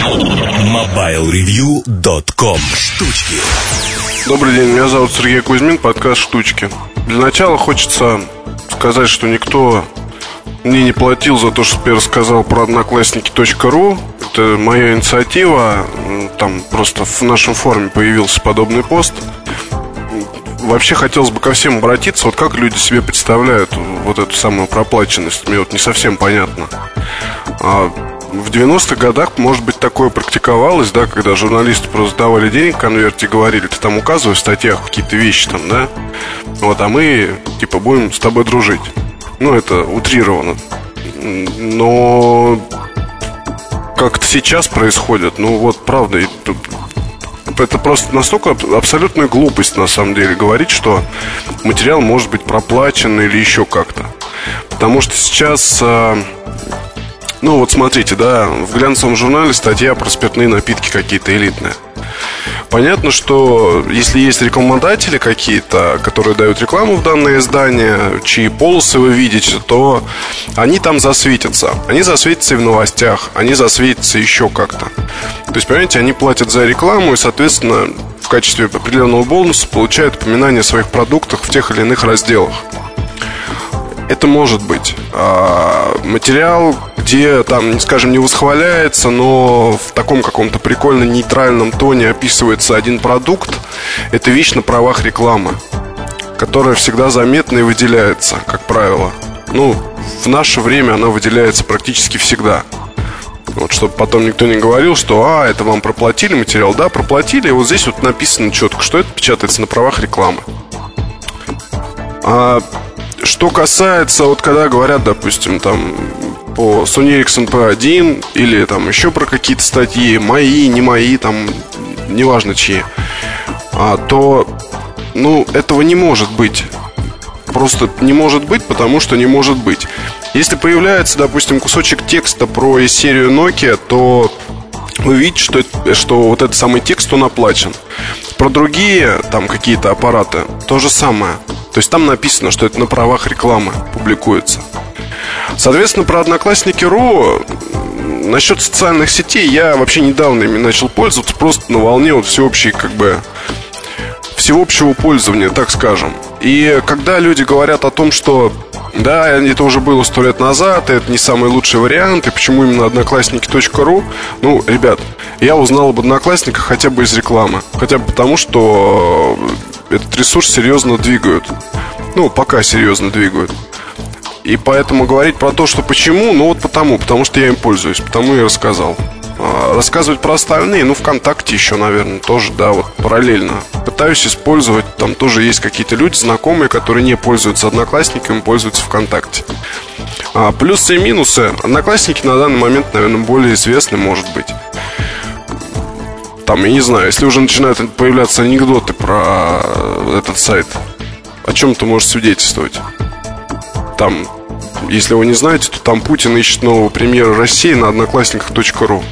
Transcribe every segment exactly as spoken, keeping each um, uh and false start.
мобайл ревью точка ком. Штучки. Добрый день, меня зовут Сергей Кузьмин, подкаст «Штучки». Для начала хочется сказать, что никто мне не платил за то, что я рассказал про одноклассники точка ру. Это моя инициатива. Там просто в нашем форуме появился подобный пост. Вообще хотелось бы ко всем обратиться. Вот как люди себе представляют вот эту самую проплаченность? Мне вот не совсем понятно. А в девяностых годах, может быть, такое практиковалось, да, когда журналисты просто давали денег в конверте и говорили: ты там указывай в статьях какие-то вещи там, да, вот, а мы, типа, будем с тобой дружить. Ну, это утрировано. Но как-то сейчас происходит, ну, вот, правда, это просто настолько абсолютная глупость, на самом деле, говорить, что материал может быть проплачен или еще как-то. Потому что сейчас... Ну вот смотрите, да, в глянцевом журнале статья про спиртные напитки какие-то элитные. Понятно, что если есть рекламодатели какие-то, которые дают рекламу в данное издание, чьи полосы вы видите, то они там засветятся. Они засветятся и в новостях, они засветятся еще как-то. То есть, понимаете, они платят за рекламу и, соответственно, в качестве определенного бонуса получают упоминание о своих продуктах в тех или иных разделах. Это может быть а, материал, где там, скажем, не восхваляется, но в таком каком-то прикольно нейтральном тоне описывается один продукт. Это вещь на правах рекламы, которая всегда заметна и выделяется, как правило. Ну, в наше время она выделяется практически всегда. Вот, чтобы потом никто не говорил, что а, это вам проплатили материал. Да, проплатили, и вот здесь вот написано четко, что это печатается на правах рекламы. А что касается, вот когда говорят, допустим, там по Sony Ericsson пи один или там еще про какие-то статьи, мои, не мои, там, неважно чьи, а, то, ну, этого не может быть. Просто не может быть, потому что не может быть. Если появляется, допустим, кусочек текста про серию Nokia, то вы видите, что, это, что вот этот самый текст, он оплачен. Про другие там какие-то аппараты то же самое. То есть там написано, что это на правах рекламы публикуется. Соответственно, про одноклассники точка ру, насчет социальных сетей, я вообще недавно ими начал пользоваться, просто на волне вот всеобщей, как бы, всеобщего пользования, так скажем. И когда люди говорят о том, что да, это уже было сто лет назад, и это не самый лучший вариант, и почему именно одноклассники точка ру, ну, ребят, я узнал об одноклассниках хотя бы из рекламы. Хотя бы потому, что этот ресурс серьезно двигают. Ну, пока серьезно двигают. И поэтому говорить про то, что почему, ну вот потому, потому что я им пользуюсь, потому и рассказал. а, Рассказывать про остальные, ну, ВКонтакте еще, наверное, тоже, да, вот параллельно пытаюсь использовать. Там тоже есть какие-то люди, знакомые, которые не пользуются Одноклассниками, пользуются ВКонтакте. а, Плюсы и минусы. Одноклассники на данный момент, наверное, более известны, может быть. Там, я не знаю, если уже начинают появляться анекдоты про этот сайт, о чем это может свидетельствовать? Там, если вы не знаете, то там Путин ищет нового премьера России на одноклассниках точка ру.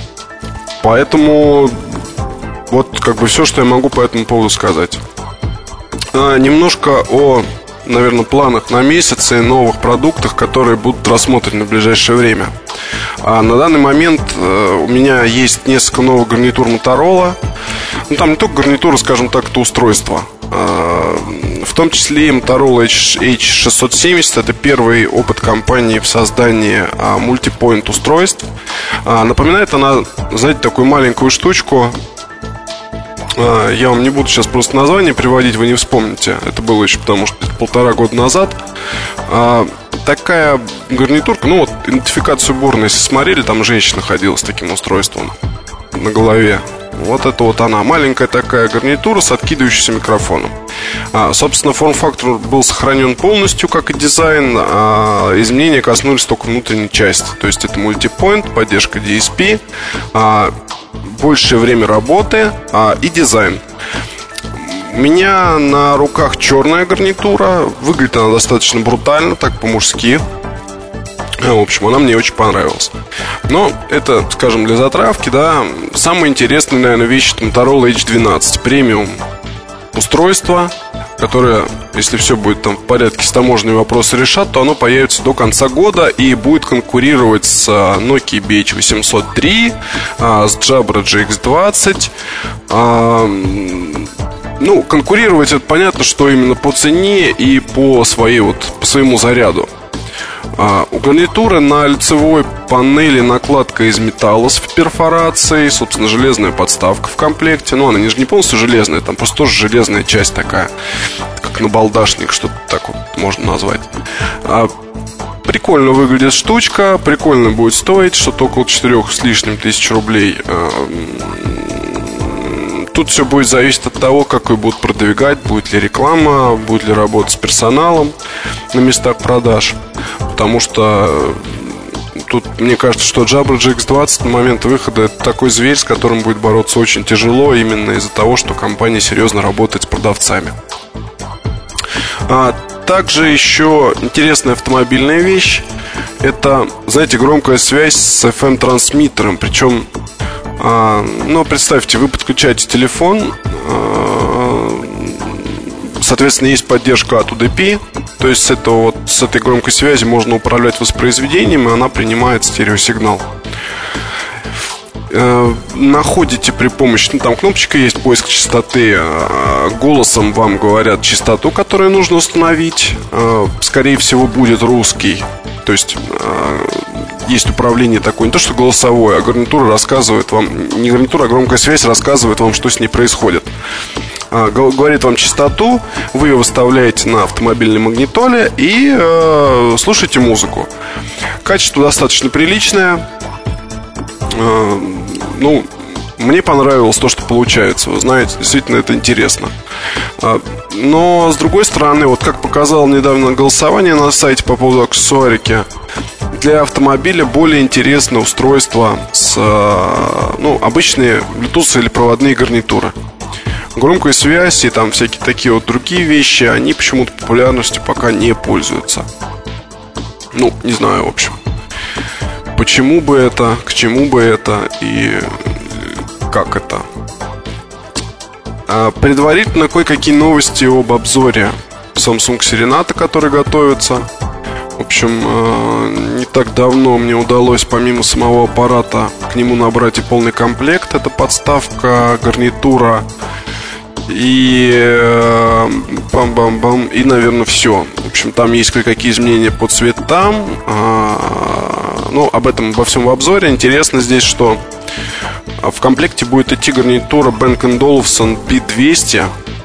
Поэтому вот как бы все, что я могу по этому поводу сказать. а, Немножко о, наверное, планах на месяц и новых продуктах, которые будут рассмотрены в ближайшее время. а, На данный момент а, у меня есть несколько новых гарнитур Motorola. Ну, там не только гарнитура, скажем так, это устройство. а, В том числе и Motorola эйч шестьсот семьдесят. Это первый опыт компании в создании а, мультипоинт устройств. а, Напоминает она, знаете, такую маленькую штучку. а, Я вам не буду сейчас просто название приводить, вы не вспомните. Это было еще потому, что это полтора года назад. а, Такая гарнитурка, ну вот идентификацию борна, если смотрели, там женщина ходила с таким устройством на голове. Вот это вот она, маленькая такая гарнитура с откидывающимся микрофоном. а, Собственно, форм-фактор был сохранен полностью, как и дизайн. а, Изменения коснулись только внутренней части. То есть это мультипоинт, поддержка ди эс пи, а, большее время работы а, и дизайн. У меня на руках черная гарнитура. Выглядит она достаточно брутально, так по-мужски. В общем, она мне очень понравилась. Но это, скажем, для затравки, да. Самое интересное, наверное, вещь — это Motorola эйч двенадцать премиум устройство. которое, если все будет там в порядке, с таможенными вопросы решат, то оно появится до конца года и будет конкурировать с Nokia би эйч восемьсот три, с Jabra джи икс двадцать. Ну, конкурировать, это понятно, что именно по цене и по своей вот, по своему заряду. А, у гарнитуры на лицевой панели накладка из металла с перфорацией, собственно, железная подставка в комплекте. Ну, она не, не полностью железная, там просто тоже железная часть такая, как набалдашник, что-то так вот можно назвать. а, Прикольно выглядит штучка, прикольно будет стоить, что-то около четырех с лишним тысяч рублей. а, Тут все будет зависеть от того, как ее будут продвигать, будет ли реклама, будет ли работа с персоналом на местах продаж. Потому что тут мне кажется, что Jabra джи икс двадцать на момент выхода это такой зверь, с которым будет бороться очень тяжело, именно из-за того, что компания серьезно работает с продавцами. А также еще интересная автомобильная вещь. Это, знаете, громкая связь с эф эм-трансмиттером. Причем, а, ну, представьте, вы подключаете телефон, а, соответственно, есть поддержка от ю ди пи. То есть с, этого, вот, с этой громкой связи можно управлять воспроизведением, и она принимает стереосигнал. э, Находите при помощи, ну там кнопочка есть, поиск частоты. э, Голосом вам говорят частоту, которую нужно установить. э, Скорее всего будет русский. То есть э, есть управление такое, не то что голосовое, а гарнитура рассказывает вам, не гарнитура, а громкая связь рассказывает вам, что с ней происходит. Говорит вам частоту, вы ее выставляете на автомобильной магнитоле и э, слушаете музыку. Качество достаточно приличное. э, Ну, мне понравилось то, что получается. Вы знаете, действительно это интересно. э, Но, с другой стороны, вот как показало недавно голосование на сайте по поводу аксессуарики, для автомобиля более интересное устройство с, э, ну, обычные Bluetooth или проводные гарнитуры. Громкая связь и там всякие такие вот другие вещи, они почему-то популярностью пока не пользуются. Ну, не знаю, в общем, почему бы это, к чему бы это и как это. а Предварительно кое-какие новости об обзоре Samsung Serenata, который готовится. В общем, не так давно мне удалось помимо самого аппарата к нему набрать и полный комплект. Это подставка, гарнитура и э, бам-бам-бам. И, наверное, все. В общем, там есть кое-какие изменения по цветам. э, Ну, об этом, обо всем в обзоре. Интересно здесь, что в комплекте будет идти гарнитура Bang энд Olufsen би двести.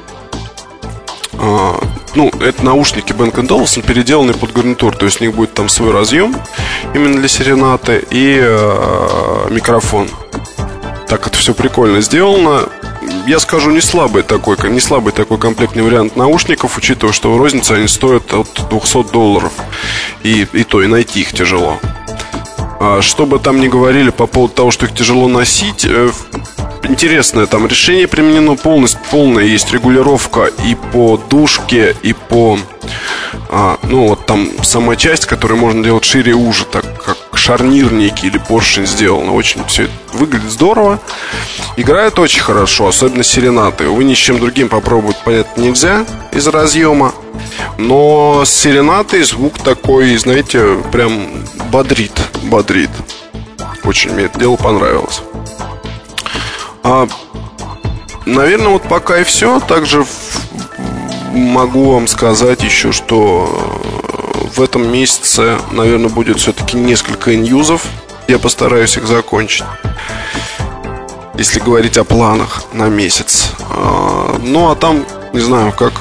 э, Ну, это наушники Bang энд Olufsen, переделанные под гарнитур. То есть у них будет там свой разъем именно для Serenata и э, микрофон. Так это все прикольно сделано. Я скажу, не слабый такой, не слабый такой комплектный вариант наушников, учитывая, что в рознице они стоят от двухсот долларов. И, и то, и найти их тяжело. а, Что бы там ни говорили по поводу того, что их тяжело носить, э, интересное там решение применено полностью. Полная есть регулировка и по дужке, и по а, ну вот там сама часть, которую можно делать шире и уже, так как шарнир некий или поршень сделано. Очень все это выглядит здорово. Играет очень хорошо, особенно Serenata. Вы ни с чем другим попробовать, понятно, нельзя из разъема. Но с Serenata звук такой, знаете, прям бодрит. Бодрит. Очень мне это дело понравилось. а, Наверное, вот пока и все. Также могу вам сказать еще, что в этом месяце, наверное, будет все-таки несколько иньюзов. Я постараюсь их закончить, если говорить о планах на месяц. Ну, а там, не знаю, как...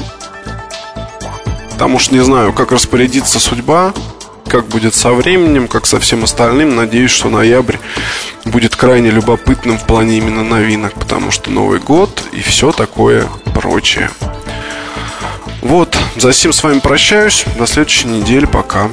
Там уж не знаю, как распорядится судьба, как будет со временем, как со всем остальным. Надеюсь, что ноябрь будет крайне любопытным в плане именно новинок, потому что Новый год и все такое прочее. Вот, за сим с вами прощаюсь. До следующей недели, пока.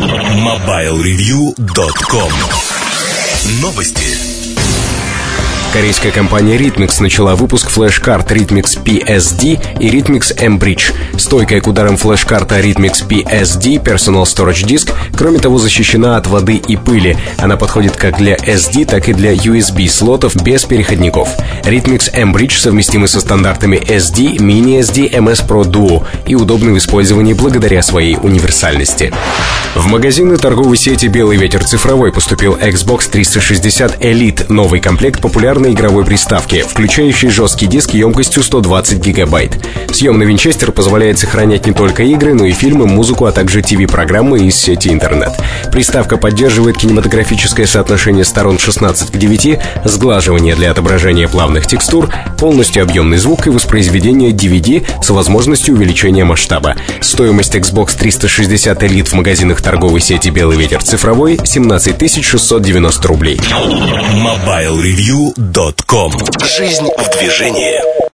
мобайл ревью точка ком. Новости. Корейская компания Rhythmix начала выпуск флеш-карт Rhythmix пи эс ди и Rhythmix M-Bridge. Стойкая к ударам флеш-карта Rhythmix пи эс ди Personal Storage Disk, кроме того, защищена от воды и пыли. Она подходит как для эс ди, так и для ю эс би-слотов без переходников. Rhythmix M-Bridge совместимы со стандартами эс ди, Mini эс ди, эм эс Pro Duo и удобны в использовании благодаря своей универсальности. В магазины торговой сети «Белый ветер цифровой» поступил Xbox триста шестьдесят Elite, новый комплект популярной игровой приставки, включающий жесткий диск емкостью сто двадцать гигабайт. Съемный винчестер позволяет сохранять не только игры, но и фильмы, музыку, а также ти ви-программы из сети интернет. Приставка поддерживает кинематографическое соотношение сторон шестнадцать к девяти, сглаживание для отображения плавных текстур, полностью объемный звук и воспроизведение ди ви ди с возможностью увеличения масштаба. Стоимость Xbox триста шестьдесят Elite в магазинах торговой сети «Белый ветер цифровой» семнадцать тысяч шестьсот девяносто рублей. мобайл ревью точка ком. Жизнь в движении.